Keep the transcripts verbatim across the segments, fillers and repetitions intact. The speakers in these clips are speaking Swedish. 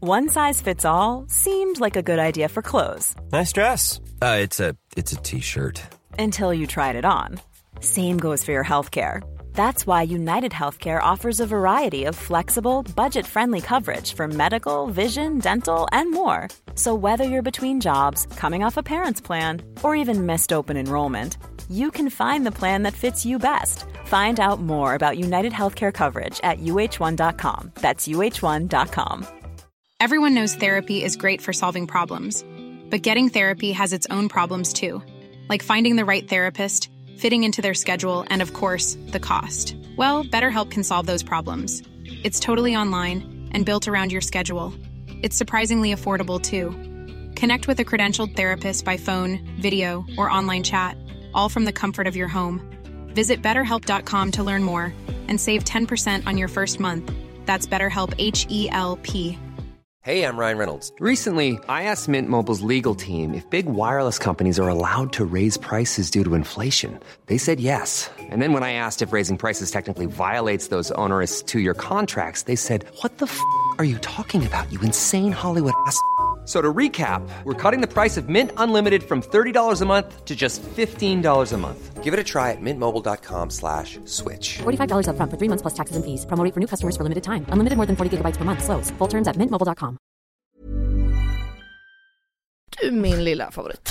One size fits all seemed like a good idea for clothes. Nice dress. Uh, it's a it's a t-shirt. Until you tried it on. Same goes for your healthcare. That's why United Healthcare offers a variety of flexible, budget-friendly coverage for medical, vision, dental, and more. So whether you're between jobs, coming off a parent's plan, or even missed open enrollment, you can find the plan that fits you best. Find out more about United Healthcare coverage at U H one dot com. That's U H one dot com. Everyone knows therapy is great for solving problems. But getting therapy has its own problems too. Like finding the right therapist, fitting into their schedule, and of course, the cost. Well, BetterHelp can solve those problems. It's totally online and built around your schedule. It's surprisingly affordable too. Connect with a credentialed therapist by phone, video, or online chat, all from the comfort of your home. Visit better help dot com to learn more and save ten percent on your first month. That's BetterHelp, H E L P. Hey, I'm Ryan Reynolds. Recently, I asked Mint Mobile's legal team if big wireless companies are allowed to raise prices due to inflation. They said yes. And then when I asked if raising prices technically violates those onerous two-year contracts, they said, what the f*** are you talking about, you insane Hollywood ass f- So to recap, we're cutting the price of Mint Unlimited from thirty dollars a month to just fifteen dollars a month. Give it a try at mintmobile.com slash switch. forty-five dollars up front for three months plus taxes and fees. Promo rate for new customers for limited time. Unlimited more than forty gigabytes per month. Slows full terms at mint mobile dot com. Du, min lilla favorit.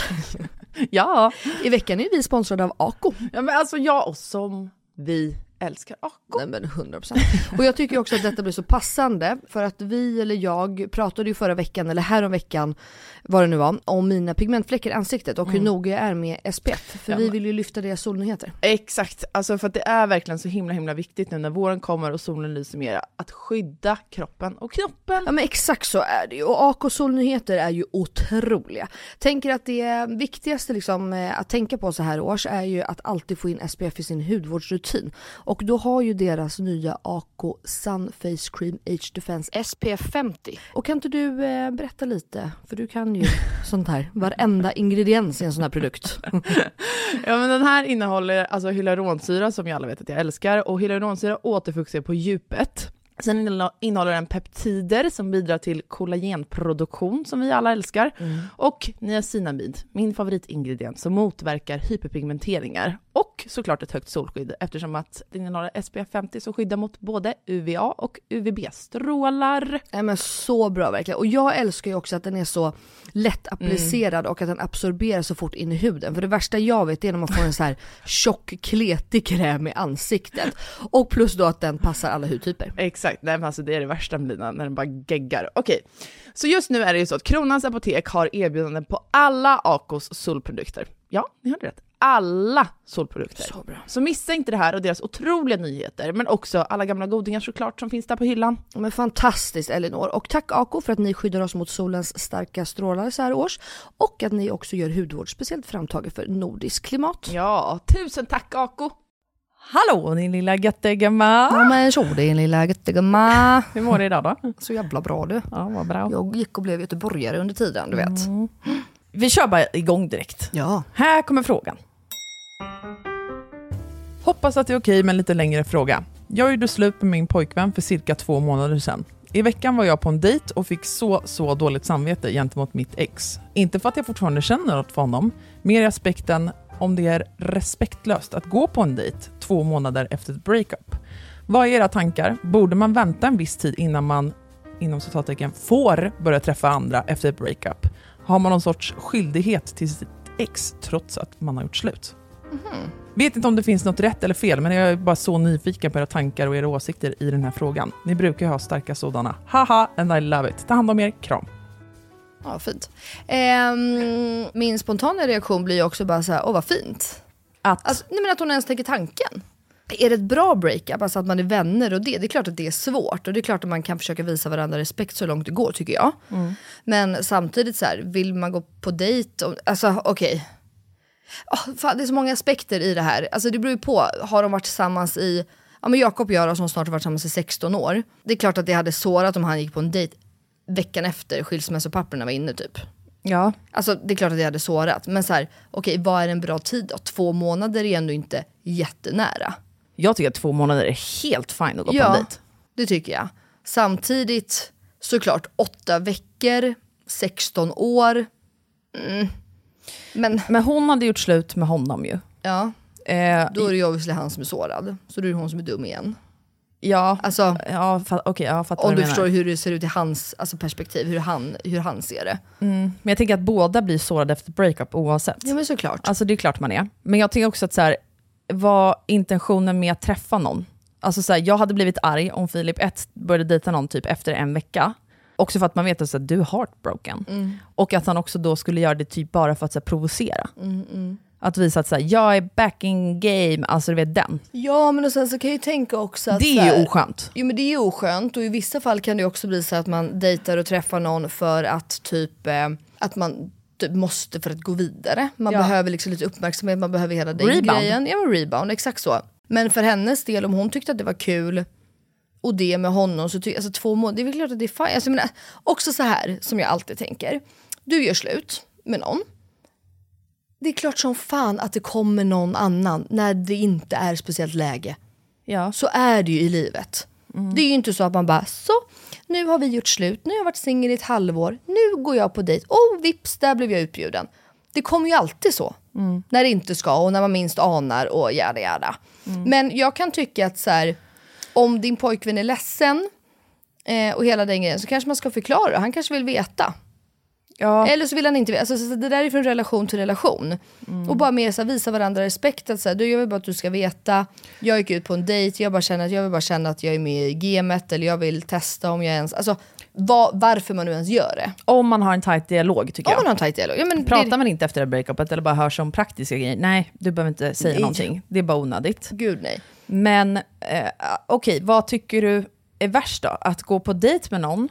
Ja. I veckan är vi sponsrade av Ako. Ja, men alltså jag och som vi älskar Ako. Nej, men hundra procent. Och jag tycker också att detta blir så passande för att vi eller jag pratade ju förra veckan eller här om veckan vad det nu var om mina pigmentfläckar i ansiktet och hur mm. noga jag är med S P F för ja, vi vill ju lyfta deras solnyheter. Exakt, alltså för att det är verkligen så himla himla viktigt nu när våren kommer och solen lyser mer att skydda kroppen och knoppen. Ja, men exakt så är det ju och A K solnyheter är ju otroliga. Tänker att det viktigaste liksom att tänka på så här års är ju att alltid få in S P F i sin hudvårdsrutin. Och då har ju deras nya A K Sun Face Cream Age Defense S P F femtio. Och kan inte du eh, berätta lite? För du kan ju sånt här. Varenda ingrediens i en sån här produkt. Ja, men den här innehåller alltså hyaluronsyra som jag alla vet att jag älskar. Och hyaluronsyra återfuktar på djupet. Sen innehåller den peptider som bidrar till kollagenproduktion som vi alla älskar. Mm. Och niacinamid, min favoritingrediens som motverkar hyperpigmenteringar. Och såklart ett högt solskydd eftersom att den innehåller S P F femtio som skyddar mot både U V A och U V B-strålar. Nej, men så bra verkligen. Och jag älskar ju också att den är så lätt applicerad mm. och att den absorberar så fort in i huden. För det värsta jag vet är när man får en så här tjock, kletig kräm i ansiktet. Och plus då att den passar alla hudtyper. Exakt, nej, men alltså det är det värsta med dina när den bara geggar. Okej, så just nu är det ju så att Kronans Apotek har erbjudanden på alla A K:s solprodukter. Ja, ni hörde rätt. Alla solprodukter. Så bra. Så missa inte det här och deras otroliga nyheter. Men också alla gamla godingar såklart som finns där på hyllan. Men fantastiskt, Elinor. Och tack A K för att ni skyddar oss mot solens starka strålar så här års. Och att ni också gör hudvård speciellt framtaget för nordisk klimat. Ja, tusen tack A K. Hallå din lilla göttegamma. Ja men så din lilla göttegamma. Hur mår du idag då? Så jävla bra du. Ja, vad bra. Jag gick och blev göteborgare under tiden, du vet. Mm. Vi kör bara igång direkt. Ja. Här kommer frågan. Hoppas att det är okej med en lite längre fråga. Jag gjorde slut med min pojkvän för cirka två månader sedan. I veckan var jag på en dejt och fick så, så dåligt samvete gentemot mitt ex. Inte för att jag fortfarande känner något för honom, mer i aspekten om det är respektlöst att gå på en dejt två månader efter ett breakup. Vad är era tankar? Borde man vänta en viss tid innan man, inom citattecken, får börja träffa andra efter ett breakup? Har man någon sorts skyldighet till sitt ex trots att man har gjort slut? Mm-hmm. Vet inte om det finns något rätt eller fel, men jag är bara så nyfiken på era tankar och era åsikter i den här frågan. Ni brukar ha starka sådana. Haha, and I love it. Ta hand om er, kram. Ja, fint. Um, min spontana reaktion blir ju också bara så här, åh vad fint. Att? Alltså, nej men att hon ens tänker tanken. Är det ett bra breakup, alltså att man är vänner och det, det är klart att det är svårt. Och det är klart att man kan försöka visa varandra respekt så långt det går, tycker jag. Mm. Men samtidigt så här, vill man gå på dejt? Och, alltså okej. Okay. Oh, fan, det är så många aspekter i det här. Alltså det beror ju på, har de varit tillsammans i... Ja men Jakob och jag som snart har varit tillsammans i sexton år. Det är klart att det hade sårat om han gick på en dejt veckan efter skilsmässopapperna var inne typ. Ja. Alltså det är klart att det hade sårat. Men så här, okej, vad är en bra tid då? Två månader är ändå inte jättenära. Jag tycker att två månader är helt fine att gå ja, på en dejt. Det tycker jag. Samtidigt såklart åtta veckor, sexton år. Mm. Men, Men hon hade gjort slut med honom ju. Ja, eh, då är det ju obviously han som är sårad. Så då är det hon som är dum igen. Ja, alltså, ja, fa- okay, jag fattar om vad du du förstår menar. hur det ser ut i hans alltså, perspektiv, hur han, hur han ser det. Mm. Men jag tänker att båda blir sårade efter breakup oavsett. Ja, men såklart. Alltså det är klart man är. Men jag tänker också att så här, vad intentionen med att träffa någon? Alltså så här, jag hade blivit arg om Filip ett började dejta någon typ efter en vecka. Också för att man vet att så här, du är heartbroken. Mm. Och att han också då skulle göra det typ bara för att så här, provocera. Mm, mm. Att visa att så här, jag är back in game, alltså du vet den. Ja, men och sen så kan jag ju tänka också att... Det är så här, ju oskönt. Jo, men det är ju oskönt. Och i vissa fall kan det också bli så att man dejtar och träffar någon för att typ... Eh, att man typ måste för att gå vidare. Man ja. behöver liksom lite uppmärksamhet, man behöver hela den Rebound. grejen. Ja, men rebound, exakt så. Men för hennes del, om hon tyckte att det var kul... och det med honom, så tycker alltså två månader, det är väl klart att det är fine. Alltså, men, också så här, som jag alltid tänker. Du gör slut med någon. Det är klart som fan att det kommer någon annan när det inte är speciellt läge. Ja. Så är det ju i livet. Mm. Det är ju inte så att man bara, så, nu har vi gjort slut, nu har jag varit singel i ett halvår, nu går jag på dejt, oh vips, där blev jag utbjuden. Det kommer ju alltid så. Mm. När det inte ska och när man minst anar och jäda jäda. Mm. Men jag kan tycka att så här, om din pojkvän är ledsen eh, och hela den grejen, så kanske man ska förklara. Han kanske vill veta. Ja. Eller så vill han inte veta. Alltså, så det där är från relation till relation. Mm. Och bara mer så här, visa varandra respekt. Att, så här, du, jag vill bara att du ska veta. Jag gick ut på en dejt. Jag, bara känner att, jag vill bara känna att jag är med i gamet. Eller jag vill testa om jag ens... Alltså, var, varför man nu ens gör det. Om man har en tajt dialog tycker om jag. Om man har en tajt dialog. Ja, men pratar det... man inte efter det breakupet eller bara hörs om praktiska grejer. Nej, du behöver inte säga nej. någonting. Det är bara onödigt. Gud nej. Men eh, okej, okay, vad tycker du är värst då? Att gå på dejt med någon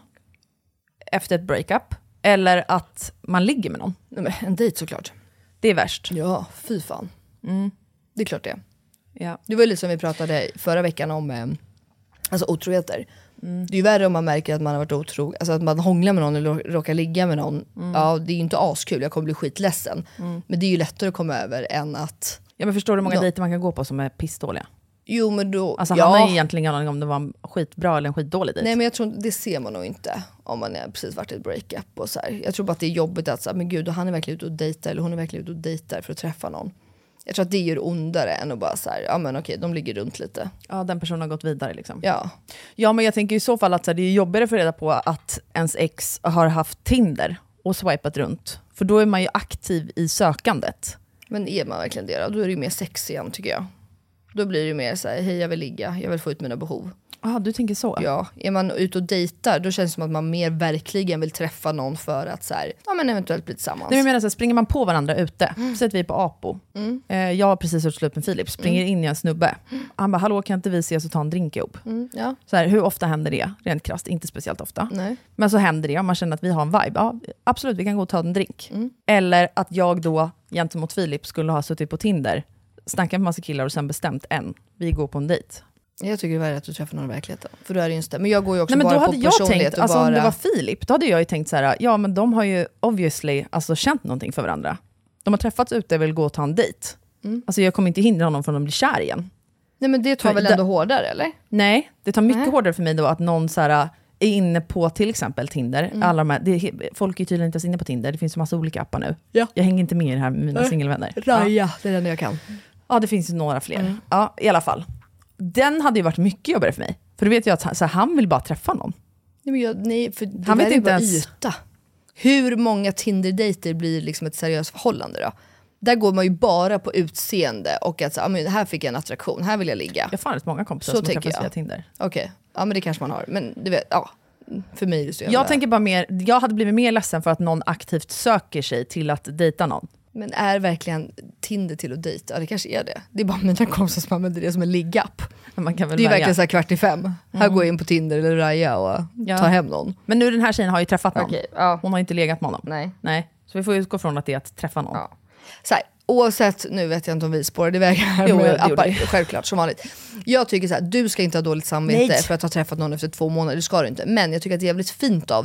efter ett breakup eller att man ligger med någon? Nej, men en dejt såklart. Det är värst. Ja, fy fan. Mm. Det är klart det. Ja. Det var lite som vi pratade förra veckan om eh, alltså otroheter. Mm. Det är ju värre om man märker att man har varit otrogen. Alltså att man hånglar med någon eller råkar ligga med någon. Mm. Ja, det är ju inte askul, jag kommer bli skitledsen. Mm. Men det är ju lättare att komma över än att... Ja, men förstår du hur många no. dejter man kan gå på som är pissdåliga? Jo, men då... Alltså ja. han har ju egentligen ingen aning om det var en skitbra eller en skitdålig dejt. Nej, men jag tror det ser man nog inte om man är precis varit i ett breakup och så här. Jag tror bara att det är jobbigt att säga, men gud, han är verkligen ute och dejtar eller hon är verkligen ute och dejtar för att träffa någon. Jag tror att det gör ondare än att bara så här, ja men okej, de ligger runt lite. Ja, den personen har gått vidare liksom. Ja. Ja, men jag tänker i så fall att så här, det är jobbigare för reda på att ens ex har haft Tinder och swipat runt. För då är man ju aktiv i sökandet. Men är man verkligen det då? Då är det ju mer sex igen tycker jag. Då blir det ju mer så här, hej jag vill ligga, jag vill få ut mina behov. Ja, ah, du tänker så? Ja, är man ute och dejtar då känns det som att man mer verkligen vill träffa någon för att så här, ja men eventuellt bli tillsammans. Nej, men jag menar så här, springer man på varandra ute, mm. så att vi är på Apo. Mm. Eh, jag har precis gjort slut med Filip, springer mm. in i en snubbe. Mm. Han bara, hallå kan inte vi ses och ta en drink ihop? Mm. Ja. Så här, hur ofta händer det? Rent krasst, inte speciellt ofta. Nej. Men så händer det, om man känner att vi har en vibe. Ja, absolut, vi kan gå och ta en drink. Mm. Eller att jag då, gentemot Filip, skulle ha suttit på Tinder, snackat med massa killar och sen bestämt en. Vi går på en dejt. Jag tycker det är att du träffar någon i verkligheten. För då är det just det. Men jag går ju också Nej, men bara då på hade jag personlighet. Tänkt, och alltså, bara... om det var Filip, då hade jag ju tänkt så här, ja men de har ju obviously alltså, känt någonting för varandra. De har träffats ute och vill gå och ta en dejt. Mm. Alltså jag kommer inte hindra honom från att bli kär igen. Nej, men det tar för, väl ändå det, hårdare, eller? Nej, det tar mycket Nej. hårdare för mig då att någon så här, är inne på till exempel Tinder. Mm. Alla de här, det, folk är tydligen inte ens inne på Tinder. Det finns ju massa olika appar nu. Ja. Jag hänger inte med i det här med mina singelvänner. Raja, ja. Det är den jag kan. Ja, det finns ju några fler. Mm. Ja, i alla fall. Den hade ju varit mycket jobbigare för mig. För du vet ju att så här, han vill bara träffa någon. Nej, men jag, nej för det han vet inte är bara ens... yta. Hur många Tinder-dejter blir liksom ett seriöst förhållande då? Där går man ju bara på utseende och att så, ja, men här fick jag en attraktion, här vill jag ligga. Jag har rätt många kompisar så som träffas jag. via Tinder. Okej, okay. Ja men det kanske man har. Men du vet, ja, för mig är det så jävla... Jag tänker bara mer, jag hade blivit mer ledsen för att någon aktivt söker sig till att dejta någon. Men är verkligen Tinder till att dejta? Ja, det kanske är det. Det är bara mina kompisar som använder det som en liggapp. Man kan väl det är välja. verkligen så här kvart i fem. Mm. Här går jag in på Tinder eller Raya och ja. tar hem någon. Men nu den här tjejen har ju träffat någon. Okay, ja. Hon har inte legat med honom. Nej. Nej. Så vi får utgå från att det är att träffa någon. Ja. Så här, oavsett, nu vet jag inte om vi spårade iväg här jo, med appar, självklart som vanligt. Jag tycker så här, du ska inte ha dåligt samvete Nej. för att ha träffat någon efter två månader, det ska du inte. Men jag tycker att det är jävligt fint av dig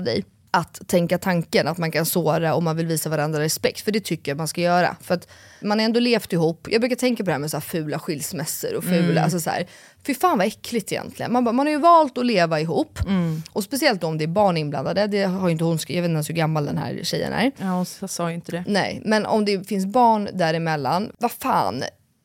att tänka tanken att man kan såra och man vill visa varandra respekt. För det tycker jag man ska göra. För att man har ändå levt ihop. Jag brukar tänka på det här med så här fula skilsmässor och fula, mm. alltså så här, fy fan vad äckligt egentligen. Man, man har ju valt att leva ihop. Mm. Och speciellt om det är barn inblandade. Det har ju inte hon skrivit, jag vet inte ens hur gammal den här tjejen är. Ja, hon sa ju inte det. Nej, men om det finns barn däremellan, vad fan,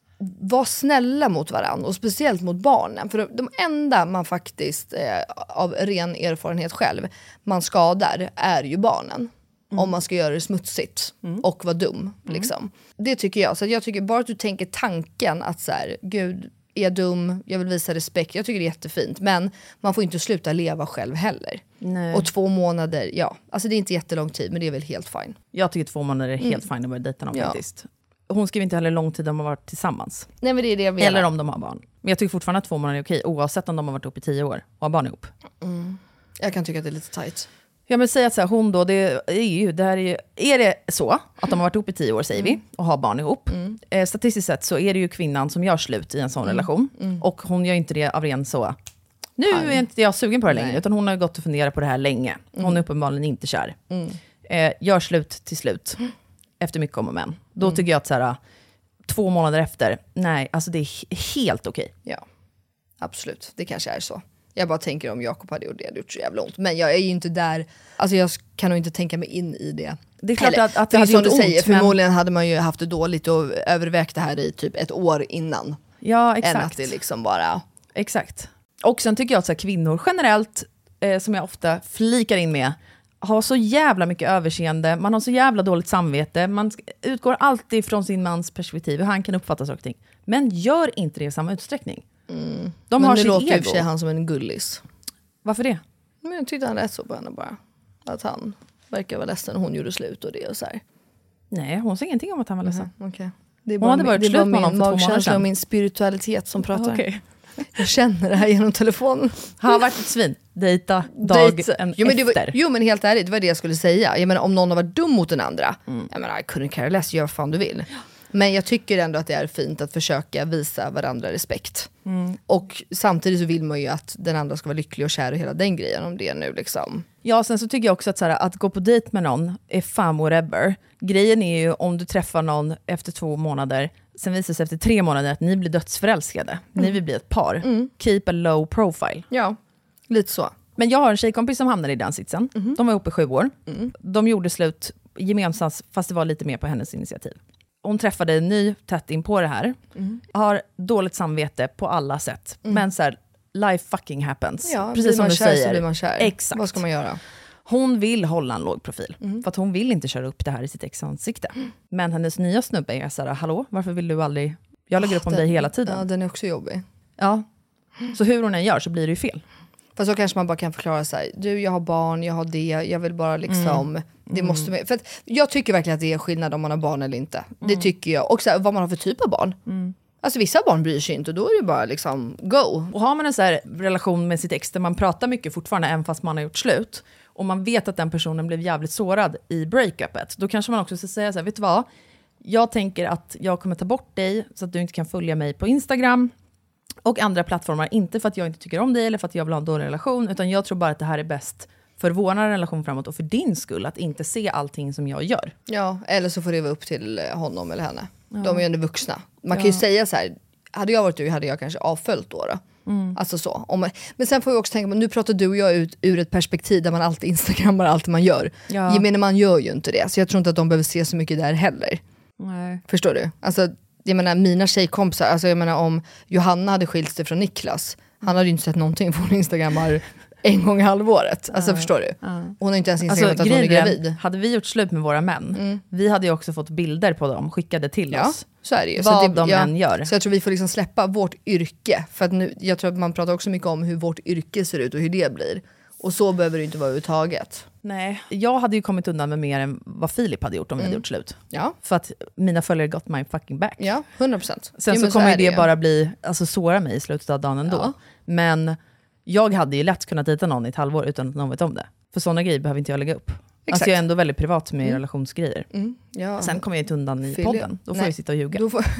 var snälla mot varandra och speciellt mot barnen. För de, de enda man faktiskt eh, av ren erfarenhet själv man skadar är ju barnen. Mm. Om man ska göra det smutsigt mm. och vara dum. Mm. Liksom. Det tycker jag. Så jag tycker bara att du tänker tanken att så här, gud är dum, jag vill visa respekt. Jag tycker det är jättefint. Men man får inte sluta leva själv heller. Nej. Och två månader, ja. Alltså det är inte jättelång tid men det är väl helt fine. Jag tycker två månader är helt mm. fine att börja dejta någon ja. faktiskt. Hon skriver inte heller lång tid om de har varit tillsammans. Nej, men det är det jag menar. Eller om de har barn. Men jag tycker fortfarande att två månader är okej. Oavsett om de har varit ihop i tio år och har barn ihop. Mm. Jag kan tycka att det är lite tight. Ja, men säg att så här, hon då, det är ju, det här är ju, är det så att de har varit ihop i tio år säger mm. vi och har barn ihop. Mm. Eh, statistiskt sett så är det ju kvinnan som gör slut i en sån mm. relation. Mm. Och hon gör inte det av ren så. Nu är inte jag sugen på det längre. Nej. Utan hon har gått och funderat på det här länge. Hon mm. är uppenbarligen inte kär. Mm. Eh, gör slut till slut. Mm. Efter mycket om och men. Då mm. tycker jag att så här, två månader efter, nej, alltså det är helt okej. Ja, absolut. Det kanske är så. Jag bara tänker om Jakob hade gjort det, det gjort så jävla ont. Men jag är ju inte där, alltså jag kan nog inte tänka mig in i det. Det är klart att, att det hade gjort ont. Säger, men... Förmodligen hade man ju haft det dåligt och övervägt det här i typ ett år innan. Ja, exakt. Än att det liksom bara... Exakt. Och sen tycker jag att så här, kvinnor generellt, eh, som jag ofta flikar in med, har så jävla mycket överseende, man har så jävla dåligt samvete, man utgår alltid från sin mans perspektiv, hur han kan uppfatta saker och ting. Men gör inte det i samma utsträckning. Mm. De men har det låter ju för sig han som en gullis. Varför det? Men jag tyckte han rätt så på henne bara. Att han verkar vara ledsen och hon gjorde slut och det och så här. Nej, hon sa ingenting om att han var ledsen. Mm, okay. Det är hon bara hade varit slut med honom för två månader sedan. Och min spiritualitet som pratar. Okay. Jag känner det här genom telefonen. Han har varit ett svin. Dejta dagen Dejt. jo, men efter. Var, jo men helt ärligt, det var det jag skulle säga. Jag menar om någon har varit dum mot den andra. Mm. Jag menar, I couldn't care less, gör vad fan du vill. Men jag tycker ändå att det är fint att försöka visa varandra respekt. Mm. Och samtidigt så vill man ju att den andra ska vara lycklig och kär och hela den grejen om det nu liksom. Ja, sen så tycker jag också att, så här, att gå på dejt med någon är fan whatever. Grejen är ju om du träffar någon efter två månader, sen visar sig efter tre månader att ni blir dödsförälskade. Mm. Ni vill bli ett par. Mm. Keep a low profile. Ja, lite så. Men jag har en tjejkompis som hamnade i den sitsen. Mm. De var ihop i sju år. Mm. De gjorde slut gemensamt fast det var lite mer på hennes initiativ. Hon träffade en ny tätt in på det här. Mm. Har dåligt samvete på alla sätt. Mm. Men så här, life fucking happens. Ja, precis som du säger. Så blir man kär. Exakt. Vad ska man göra? Hon vill hålla en låg profil. Mm. För att hon vill inte köra upp det här i sitt ex ansikte. Mm. Men hennes nya snubbe är så här, hallå, varför vill du aldrig... Jag lägger oh, upp om den, dig hela tiden. Ja, den är också jobbig. Ja. Så hur hon än gör så blir det ju fel. Fast så kanske man bara kan förklara sig. Du, jag har barn, jag har det. Jag vill bara liksom... Mm. Det mm. måste, för att jag tycker verkligen att det är skillnad om man har barn eller inte. Mm. Det tycker jag. Och så här, vad man har för typ av barn. Mm. Alltså vissa barn bryr sig inte och då är det bara liksom go. Och har man en så här relation med sitt ex där man pratar mycket fortfarande även fast man har gjort slut. Och man vet att den personen blev jävligt sårad i breakupet. Då kanske man också ska säga så här, vet du vad? Jag tänker att jag kommer ta bort dig så att du inte kan följa mig på Instagram och andra plattformar. Inte för att jag inte tycker om dig eller för att jag vill ha en dålig relation. Utan jag tror bara att det här är bäst för vår relation framåt och för din skull att inte se allting som jag gör. Ja, eller så får det vara upp till honom eller henne. Ja. De är ju ändå vuxna. Man kan ja. ju säga så här, hade jag varit du hade jag kanske avföljt då. då. Mm. Alltså så. Om man, men sen får vi också tänka på, nu pratar du och jag ut ur ett perspektiv där man alltid instagrammar allt man gör. Ja. Gemene man gör ju inte det. Så jag tror inte att de behöver se så mycket där heller. Nej. Förstår du? Alltså, jag menar mina tjejkompisar, alltså jag menar om Johanna hade skilt sig från Niklas, han hade ju inte sett någonting från instagrammar en gång i halvåret. Alltså uh, förstår du? Uh. Hon har inte ens instagrammat alltså, att hon är gravid. Hade vi gjort slut med våra män, mm. vi hade ju också fått bilder på dem skickade till ja, oss. Så är det ju. Vad så det, de ja, än gör. Så jag tror vi får liksom släppa vårt yrke. För att nu, jag tror att man pratar också mycket om hur vårt yrke ser ut och hur det blir. Och så behöver det inte vara överhuvudtaget. Nej, jag hade ju kommit undan med mer än vad Filip hade gjort om vi mm. hade gjort slut. Ja. För att mina följare got my fucking back. Ja, hundra procent. Sen jo, så kommer det, det bara bli, alltså såra mig i slutet av dagen ändå. Ja. Men jag hade ju lätt kunnat dejta någon i ett halvår utan att någon vet om det. För sådana grejer behöver inte jag lägga upp. Exakt. Alltså jag är ändå väldigt privat med mm. relationsgrejer. Mm. Ja. Sen kommer jag inte undan i Fyll podden. Då får Nej. jag sitta och ljuga. Då, får...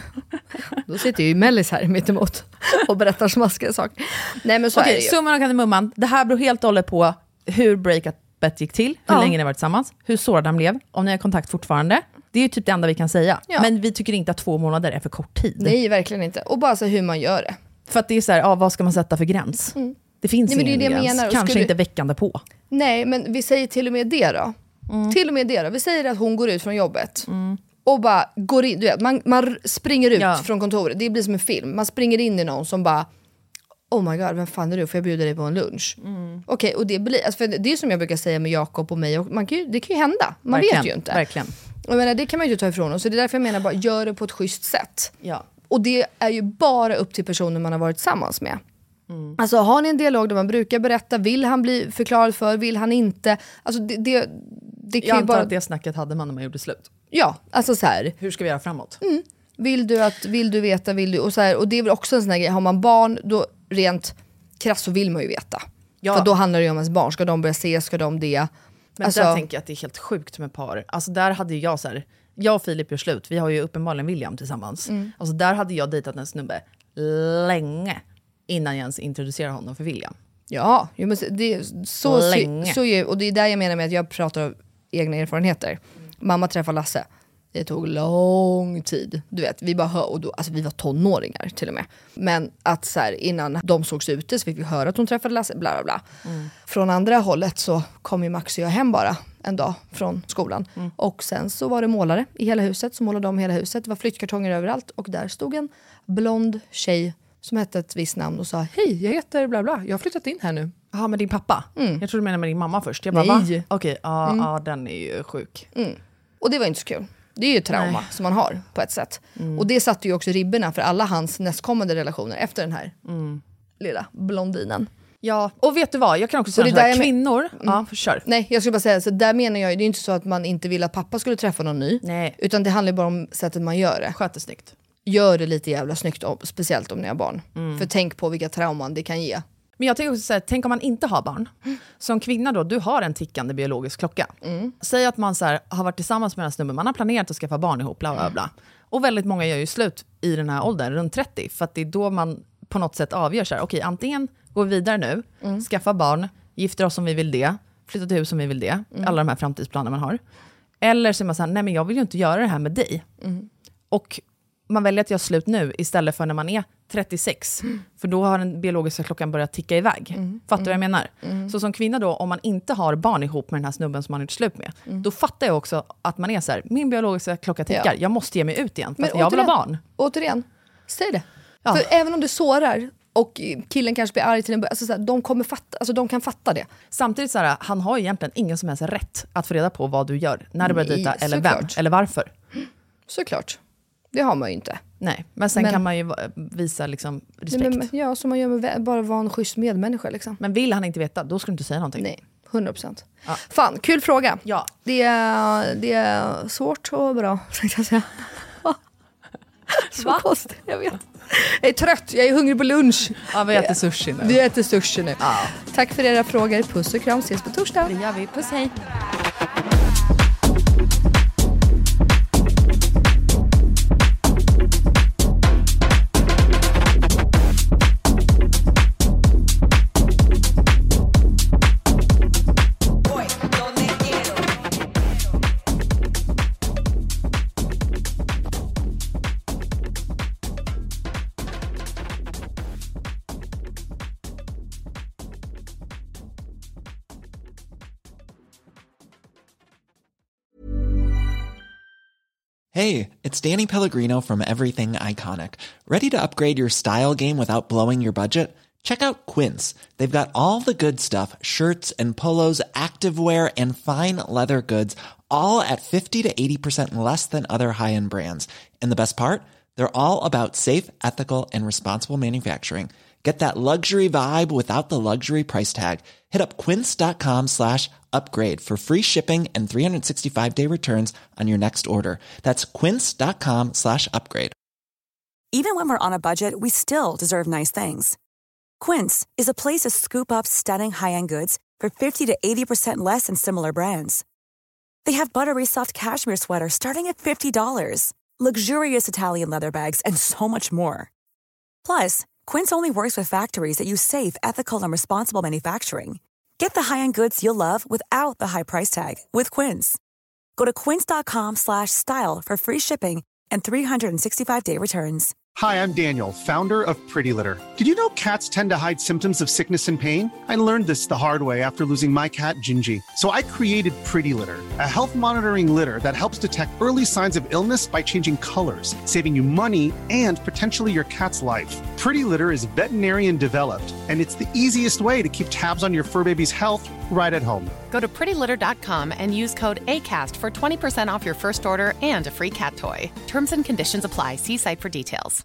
Då sitter ju Mellis här mitt emot och berättar smaskiga saker. Nej men så Okej, är det ju. Summan och kardemumman. Det här beror helt och hållet på hur breakup, förloppet gick till, hur Ja. länge ni har varit tillsammans, hur sårad han blev, om ni har kontakt fortfarande. Det är ju typ det enda vi kan säga. Ja. Men vi tycker inte att två månader är för kort tid. Nej, verkligen inte. Och bara så hur man gör det. För att det är så här, ja, vad ska man sätta för gräns? Mm. Det finns Nej, men ingen det är det jag gräns. menar. Och Kanske skulle- inte veckande på. Nej, men vi säger till och med det då. Mm. Till och med det då. Vi säger att hon går ut från jobbet. Mm. Och bara går in. Du vet, man, man springer ut Ja. från kontoret. Det blir som en film. Man springer in i någon som bara... Oh my god, vem fan är du? Får jag bjuda dig på en lunch? Mm. Okej, okay, och det blir... Alltså, för det är som jag brukar säga med Jakob och mig. Och man kan ju, det kan ju hända. Man verkligen, vet ju inte. Verkligen. Jag menar, det kan man ju inte ta ifrån oss. Så det är därför jag menar bara, gör det på ett schysst sätt. Ja. Och det är ju bara upp till personen man har varit tillsammans med. Mm. Alltså har ni en dialog där man brukar berätta, vill han bli förklarad för, vill han inte? Alltså det, det, det kan Jag ju antar bara... att det snacket hade man när man gjorde slut. Ja, alltså så här. Hur ska vi göra framåt? Mm. Vill du att, vill du veta, vill du... Och, så här, och det är väl också en sån här grej, har man barn, då rent krasst så vill man ju veta. Ja. För då handlar det ju om ens barn, ska de börja se, ska de det? Men alltså... där tänker jag att det är helt sjukt med par. Alltså där hade ju jag så här, jag och Filip gör slut, vi har ju uppenbarligen William tillsammans. Mm. Alltså där hade jag dejtat en snubbe länge innan jag ens introducerade honom för William. Ja, jo, men det är så, Länge. så, så, och det är där jag menar med att jag pratar av egna erfarenheter. Mm. Mamma träffade Lasse. Det tog lång tid. Du vet, vi bara hör, och då, alltså vi var tonåringar till och med. Men att så här, innan de sågs ute så fick vi höra att hon träffade Lasse, bla bla bla. Mm. Från andra hållet så kom ju Max och jag hem bara en dag från skolan. Mm. Och sen så var det målare i hela huset, så målade de hela huset. Det var flyttkartonger överallt och där stod en blond tjej som hette ett visst namn och sa: hej, jag heter bla bla, jag har flyttat in här nu. Ja, med din pappa? Mm. Jag tror du menar med din mamma först. Jag bara, nej. Va? Okej, ja, mm. ja, den är ju sjuk. Mm. Och det var inte så kul. Det är ju ett trauma nej. Som man har på ett sätt. Mm. Och det satte ju också ribborna för alla hans nästkommande relationer efter den här mm. lilla blondinen. Ja, och vet du vad? Jag kan också säga att kvinnor... Mm. Ja, kör. Nej, jag skulle bara säga, så där menar jag, det är inte så att man inte vill att pappa skulle träffa någon ny. Nej. Utan det handlar bara om sättet man gör det. Sköter snyggt. Gör det lite jävla snyggt, om, speciellt om ni har barn. Mm. För tänk på vilka trauman det kan ge. Men jag tänker också säga, tänk om man inte har barn. Som kvinna då, du har en tickande biologisk klocka. Mm. Säg att man så här, har varit tillsammans med en snubbe, man har planerat att skaffa barn ihop, bla bla bla. Och väldigt många gör ju slut i den här åldern, runt trettio. För att det är då man på något sätt avgör så här, okej, antingen går vi vidare nu, mm. skaffa barn, gifter oss om vi vill det, flytta till hus om vi vill det, mm. alla de här framtidsplaner man har. Eller så är man så här, nej men jag vill ju inte göra det här med dig. Mm. Och man väljer att göra slut nu istället för när man är trettiosex. Mm. För då har den biologiska klockan börjat ticka iväg. Mm. Fattar du mm. vad jag menar? Mm. Så som kvinna då, om man inte har barn ihop med den här snubben som man har gjort slut med, mm. då fattar jag också att man är så här, min biologiska klocka tickar, ja. Jag måste ge mig ut igen, för men att jag vill ha barn. Återigen, säg det. Ja. För även om du sårar och killen kanske blir arg till en början, alltså så här, de, kommer fatta, alltså de kan fatta det. Samtidigt så här, han har egentligen ingen som helst rätt att få reda på vad du gör, när du börjar dejta, eller såklart. Vem, eller varför. Såklart. Det har man ju inte. Nej, men sen men, kan man ju visa liksom respekt. Nej, men, ja, som man gör med bara vara en schysst medmänniska. Liksom. Men vill han inte veta, då ska du inte säga någonting. Nej, hundra procent. Ja. Fan, kul fråga. Ja. Det, är, det är svårt och bra, tänkte jag säga. Så konstigt, jag vet. Jag är trött, jag är hungrig på lunch. Ja, vi äter sushi nu. Vi äter sushi nu. Ja. Tack för era frågor. Puss och kram, ses på torsdag. Det gör vi. Puss, hej. Hey, it's Danny Pellegrino from Everything Iconic. Ready to upgrade your style game without blowing your budget? Check out Quince. They've got all the good stuff, shirts and polos, activewear and fine leather goods, all at fifty to eighty percent less than other high-end brands. And the best part? They're all about safe, ethical and responsible manufacturing. Get that luxury vibe without the luxury price tag. Hit up quince.com slash upgrade for free shipping and three sixty-five day returns on your next order. That's quince.com slash upgrade. Even when we're on a budget, we still deserve nice things. Quince is a place to scoop up stunning high-end goods for fifty to eighty percent less than similar brands. They have buttery soft cashmere sweaters starting at fifty dollars, luxurious Italian leather bags, and so much more. Plus, Quince only works with factories that use safe, ethical, and responsible manufacturing. Get the high-end goods you'll love without the high price tag with Quince. Go to quince.com slash style for free shipping and three sixty-five day returns. Hi, I'm Daniel, founder of Pretty Litter. Did you know cats tend to hide symptoms of sickness and pain? I learned this the hard way after losing my cat, Gingy. So I created Pretty Litter, a health monitoring litter that helps detect early signs of illness by changing colors, saving you money and potentially your cat's life. Pretty Litter is veterinarian developed, and it's the easiest way to keep tabs on your fur baby's health right at home. Go to pretty litter dot com and use code ACAST for twenty percent off your first order and a free cat toy. Terms and conditions apply. See site for details.